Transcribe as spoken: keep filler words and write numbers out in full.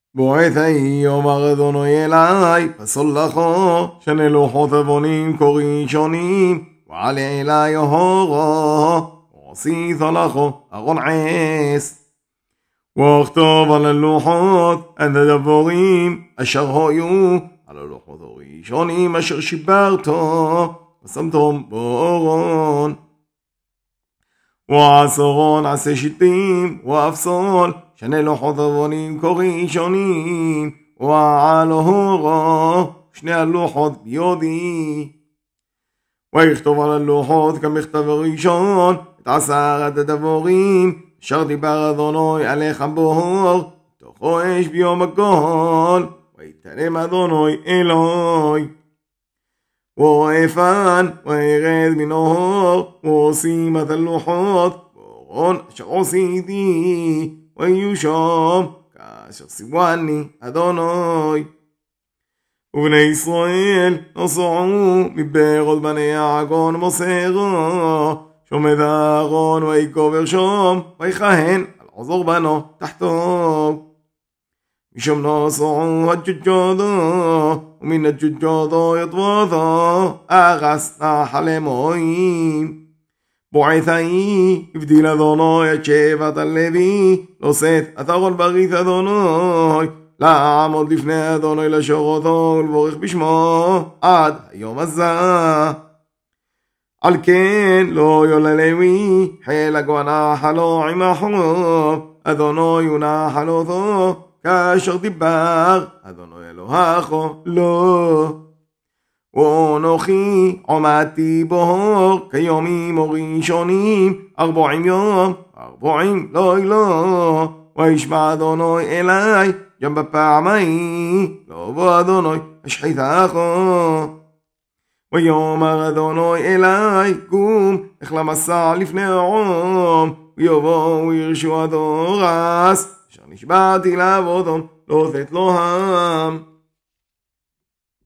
בועט ההיא אומר אדוני אלי, פסול לכו, שני לוחות עוונים כה ראשונים, ועלה אלי אורו, ועשית לכו ארון עש. וכתוב על הלוחות את הדבורים אשר היו על הלוחות הראשונים אשר שיברתו, ושמתם בארון. ועשרון עשה שיטים, ואפסול, שני לוחות עוונים כה ראשונים, ועל אורו, שני הלוחות ביודי. ויכתוב על הלוחות כמכתב הראשון, את עשרת הדבורים, אשר דיבר אדוני עליך באור, תוכו אש ביום הגול, ויתרם אדוני אלוהי. ואפן וירד מן האור, ועושים את הלוחות, בארון אשר עשיתי, ויהיו שם כאשר ציווני אדוני. ובני ישראל נסעו מבארות בני יעגון מוסרו, שומד אהרון ויקובר שם, ויכהן על עזר בנו תחתו. משם נסעו הג'ג'ודו, ומן הג'ג'ודו יטבותו, ארס נחל מים. בועט ההיא הבדיל אדוני את שבט הלוי, לשאת את ארון ברית אדוני, לעמוד לפני אדוני לשורתו ולברך בשמו עד היום הזה. על כן לא יולה לוי חלק ונחלו עמכו, אדוני ונחל אותו כאשר דיבר אדוני אלוהיך לא. ואנוכי עמדתי בהור כיומים הראשונים ארבעים יום ארבעים לילה, וישמע אדוני אלי גם בפעמיים לא בוא אדוני אשחיתך. ויאמר אדוני אלי קום לך למסע לפני העם, ויבואו וירשו הדורס אשר נשבעתי לעבודם לא לתת להם.